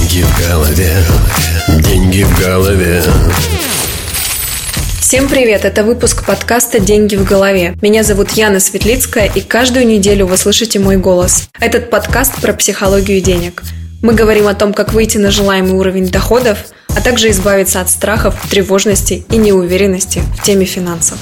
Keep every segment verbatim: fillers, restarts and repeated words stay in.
Деньги в голове, деньги в голове. Всем привет! Это выпуск подкаста «Деньги в голове». Меня зовут Яна Светлицкая, и каждую неделю вы слышите мой голос. Этот подкаст про психологию денег. Мы говорим о том, как выйти на желаемый уровень доходов, а также избавиться от страхов, тревожности и неуверенности в теме финансов.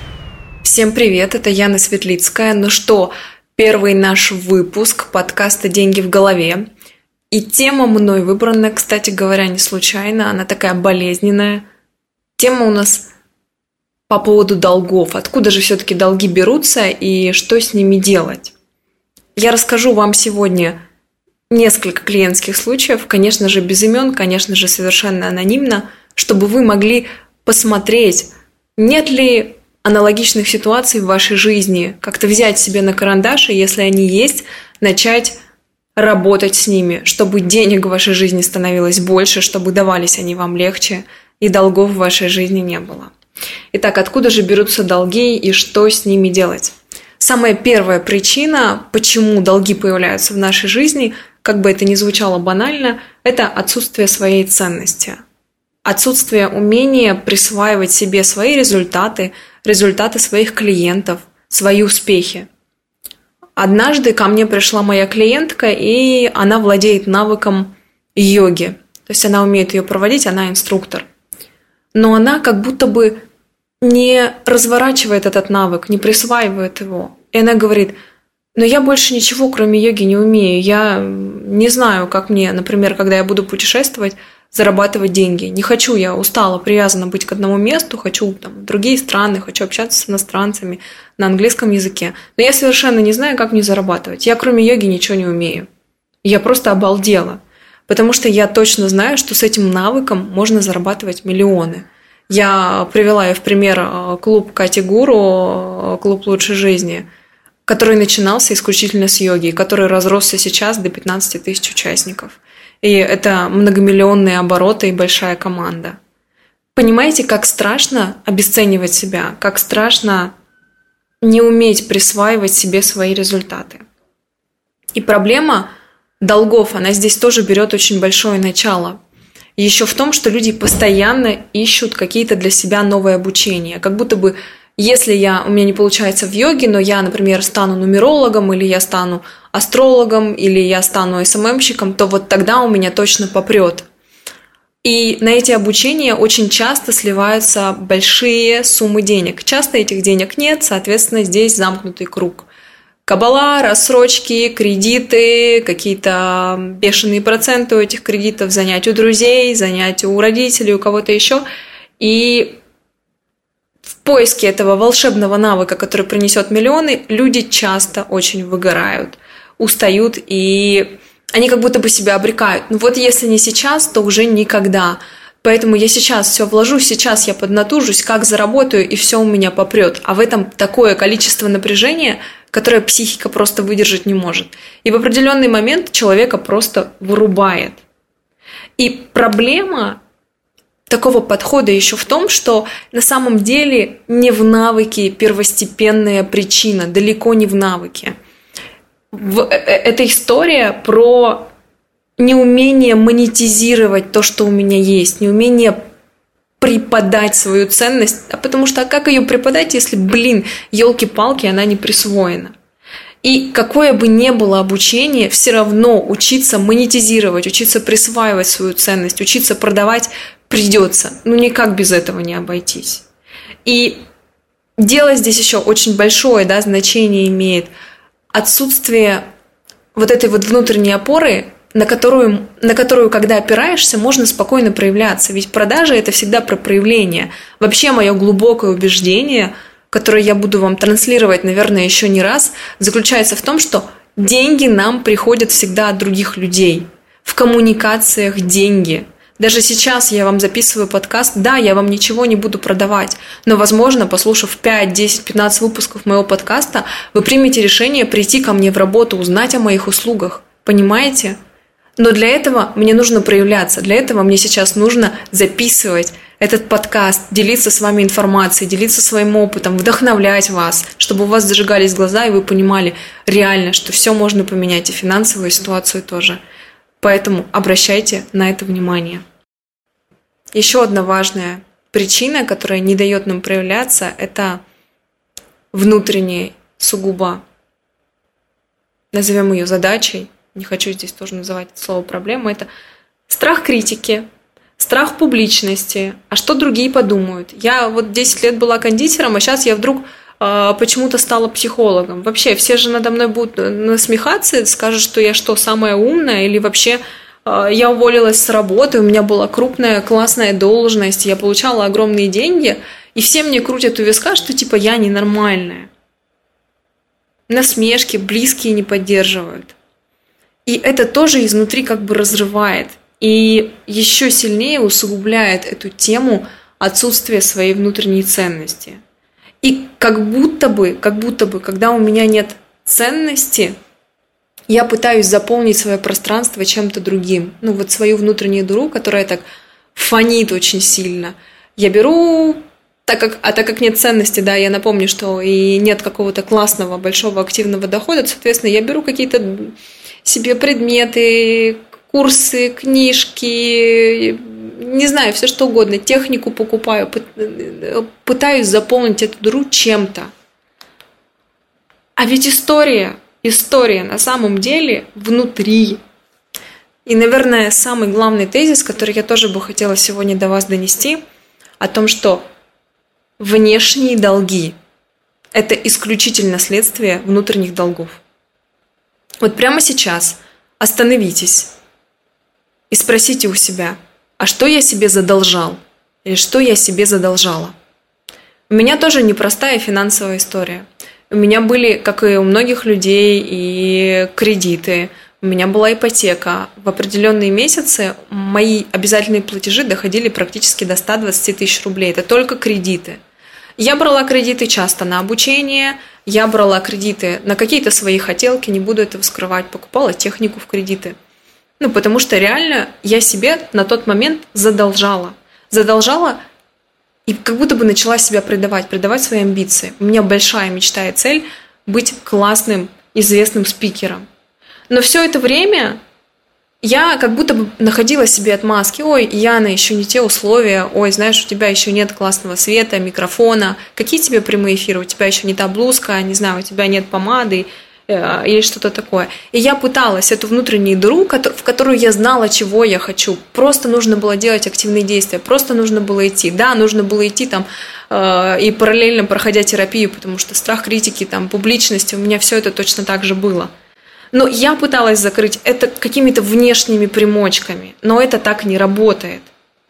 Всем привет! Это Яна Светлицкая. Ну что, первый наш выпуск подкаста «Деньги в голове». И тема мной выбрана, кстати говоря, не случайно. Она такая болезненная. Тема у нас по поводу долгов. Откуда же все-таки долги берутся и что с ними делать? Я расскажу вам сегодня несколько клиентских случаев, конечно же, без имен, конечно же, совершенно анонимно, чтобы вы могли посмотреть, нет ли аналогичных ситуаций в вашей жизни, как-то взять себе на карандаш, и если они есть, начать работать с ними, чтобы денег в вашей жизни становилось больше, чтобы давались они вам легче, и долгов в вашей жизни не было. Итак, откуда же берутся долги и что с ними делать? Самая первая причина, почему долги появляются в нашей жизни, как бы это ни звучало банально, это отсутствие своей ценности. Отсутствие умения присваивать себе свои результаты, результаты своих клиентов, свои успехи. Однажды ко мне пришла моя клиентка, и она владеет навыком йоги. То есть она умеет ее проводить, она инструктор. Но она как будто бы не разворачивает этот навык, не присваивает его. И она говорит: но я больше ничего, кроме йоги, не умею. Я не знаю, как мне, например, когда я буду путешествовать, зарабатывать деньги. Не хочу, я устала, привязана быть к одному месту, хочу там, в другие страны, хочу общаться с иностранцами на английском языке. Но я совершенно не знаю, как мне зарабатывать. Я кроме йоги ничего не умею. Я просто обалдела. Потому что я точно знаю, что с этим навыком можно зарабатывать миллионы. Я привела ее в пример клуб Кати Гуру, клуб лучшей жизни, который начинался исключительно с йоги, который разросся сейчас до пятнадцати тысяч участников. И это многомиллионные обороты и большая команда. Понимаете, как страшно обесценивать себя, как страшно не уметь присваивать себе свои результаты. И проблема долгов, она здесь тоже берет очень большое начало. Еще в том, что люди постоянно ищут какие-то для себя новые обучения. Как будто бы, если я, у меня не получается в йоге, но я, например, стану нумерологом, или я стану астрологом, или я стану эс эм эм-щиком, то вот тогда у меня точно попрет. И на эти обучения очень часто сливаются большие суммы денег. Часто этих денег нет, соответственно, здесь замкнутый круг. Кабала, рассрочки, кредиты, какие-то бешеные проценты у этих кредитов, занять у друзей, занять у родителей, у кого-то еще. И в поиске этого волшебного навыка, который принесет миллионы, люди часто очень выгорают, устают, и они как будто бы себя обрекают. Ну вот если не сейчас, то уже никогда. Поэтому я сейчас все вложу, сейчас я поднатужусь, как заработаю, и все у меня попрет. А в этом такое количество напряжения, которое психика просто выдержать не может. И в определенный момент человека просто вырубает. И проблема такого подхода еще в том, что на самом деле не в навыке первостепенная причина, далеко не в навыке. Это история про неумение монетизировать то, что у меня есть, неумение преподать свою ценность, а потому что а как ее преподать, если, блин, елки-палки, она не присвоена. И какое бы ни было обучение, все равно учиться монетизировать, учиться присваивать свою ценность, учиться продавать придется. Ну, никак без этого не обойтись. И дело здесь еще очень большое, да, значение имеет отсутствие вот этой вот внутренней опоры, на которую, на которую, когда опираешься, можно спокойно проявляться. Ведь продажа – это всегда про проявление. Вообще, мое глубокое убеждение, которое я буду вам транслировать, наверное, еще не раз, заключается в том, что деньги нам приходят всегда от других людей. В коммуникациях деньги. Даже сейчас я вам записываю подкаст, да, я вам ничего не буду продавать, но, возможно, послушав пять, десять, пятнадцать выпусков моего подкаста, вы примете решение прийти ко мне в работу, узнать о моих услугах. Понимаете? Но для этого мне нужно проявляться, для этого мне сейчас нужно записывать этот подкаст, делиться с вами информацией, делиться своим опытом, вдохновлять вас, чтобы у вас зажигались глаза, и вы понимали реально, что все можно поменять, и финансовую ситуацию тоже. Поэтому обращайте на это внимание. Еще одна важная причина, которая не дает нам проявляться, это внутренняя, сугубо, назовем ее задачей, не хочу здесь тоже называть это слово проблема, это страх критики, страх публичности, а что другие подумают. Я вот десять лет была кондитером, а сейчас я вдруг э, почему-то стала психологом. Вообще, все же надо мной будут насмехаться, скажут, что я что, самая умная, или вообще э, я уволилась с работы, у меня была крупная классная должность, я получала огромные деньги, и все мне крутят у виска, что типа я ненормальная. Насмешки, близкие не поддерживают. И это тоже изнутри как бы разрывает. И еще сильнее усугубляет эту тему отсутствия своей внутренней ценности. И как будто бы, как будто бы, когда у меня нет ценности, я пытаюсь заполнить свое пространство чем-то другим. Ну вот свою внутреннюю дыру, которая так фонит очень сильно. Я беру, так как, а так как нет ценности, да, я напомню, что и нет какого-то классного, большого, активного дохода, соответственно, я беру какие-то себе предметы, курсы, книжки, не знаю, все что угодно, технику покупаю, пытаюсь заполнить эту дыру чем-то. А ведь история, история на самом деле внутри. И, наверное, самый главный тезис, который я тоже бы хотела сегодня до вас донести, о том, что внешние долги – это исключительно следствие внутренних долгов. Вот прямо сейчас остановитесь и спросите у себя, а что я себе задолжал? Или что я себе задолжала? У меня тоже непростая финансовая история. У меня были, как и у многих людей, и кредиты, у меня была ипотека. В определенные месяцы мои обязательные платежи доходили практически до ста двадцати тысяч рублей. Это только кредиты. Я брала кредиты часто на обучение, я брала кредиты на какие-то свои хотелки, не буду этого скрывать, покупала технику в кредиты. Ну, потому что реально я себе на тот момент задолжала. Задолжала и как будто бы начала себя предавать, предавать свои амбиции. У меня большая мечта и цель быть классным, известным спикером. Но все это время я как будто бы находила себе отмазки. Ой, Яна, еще не те условия. Ой, знаешь, у тебя еще нет классного света, микрофона. Какие тебе прямые эфиры? У тебя еще не та блузка, не знаю, у тебя нет помады или что-то такое. И я пыталась эту внутреннюю дыру, в которую я знала, чего я хочу. Просто нужно было делать активные действия, просто нужно было идти. Да, нужно было идти там э, и параллельно проходя терапию, потому что страх критики, там, публичности, у меня все это точно так же было. Но я пыталась закрыть это какими-то внешними примочками, но это так не работает.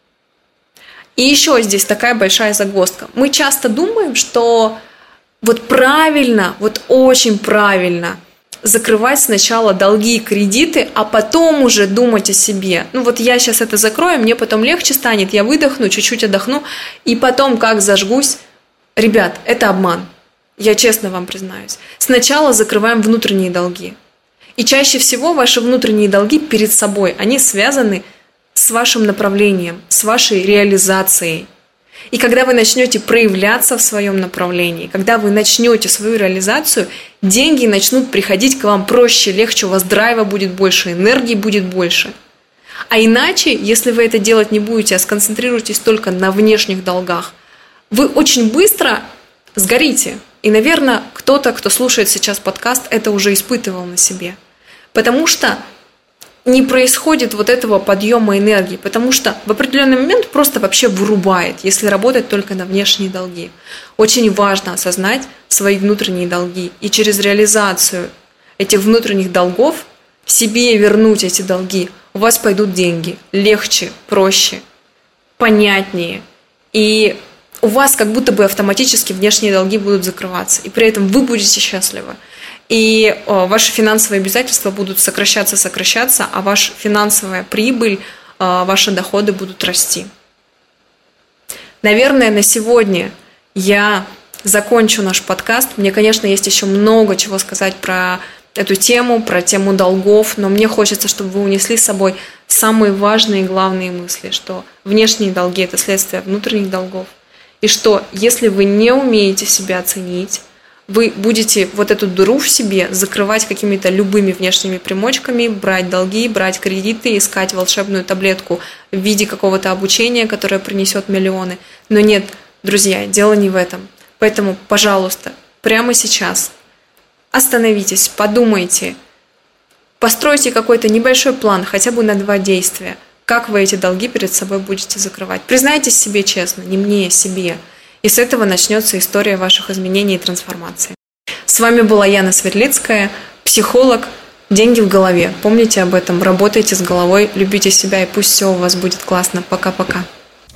И еще здесь такая большая загвоздка. Мы часто думаем, что вот правильно, вот очень правильно закрывать сначала долги и кредиты, а потом уже думать о себе. Ну вот я сейчас это закрою, мне потом легче станет, я выдохну, чуть-чуть отдохну, и потом как зажгусь. Ребят, это обман. Я честно вам признаюсь. Сначала закрываем внутренние долги. И чаще всего ваши внутренние долги перед собой, они связаны с вашим направлением, с вашей реализацией. И когда вы начнете проявляться в своем направлении, когда вы начнете свою реализацию, деньги начнут приходить к вам проще, легче, у вас драйва будет больше, энергии будет больше. А иначе, если вы это делать не будете, а сконцентрируетесь только на внешних долгах, вы очень быстро сгорите. И, наверное, кто-то, кто слушает сейчас подкаст, это уже испытывал на себе. Потому что не происходит вот этого подъема энергии, потому что в определенный момент просто вообще вырубает, если работать только на внешние долги. Очень важно осознать свои внутренние долги и через реализацию этих внутренних долгов себе вернуть эти долги. У вас пойдут деньги легче, проще, понятнее. И у вас как будто бы автоматически внешние долги будут закрываться. И при этом вы будете счастливы. И ваши финансовые обязательства будут сокращаться, сокращаться, а ваша финансовая прибыль, ваши доходы будут расти. Наверное, на сегодня я закончу наш подкаст. Мне, конечно, есть еще много чего сказать про эту тему, про тему долгов, но мне хочется, чтобы вы унесли с собой самые важные и главные мысли, что внешние долги – это следствие внутренних долгов, и что если вы не умеете себя оценить, вы будете вот эту дыру в себе закрывать какими-то любыми внешними примочками, брать долги, брать кредиты, искать волшебную таблетку в виде какого-то обучения, которое принесет миллионы. Но нет, друзья, дело не в этом. Поэтому, пожалуйста, прямо сейчас остановитесь, подумайте, постройте какой-то небольшой план, хотя бы на два действия, как вы эти долги перед собой будете закрывать. Признайтесь себе честно, не мне, себе. И с этого начнется история ваших изменений и трансформации. С вами была Яна Светлицкая, психолог. Деньги в голове. Помните об этом, работайте с головой, любите себя, и пусть все у вас будет классно. Пока-пока.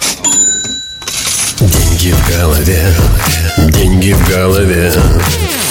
Деньги в голове, деньги в голове.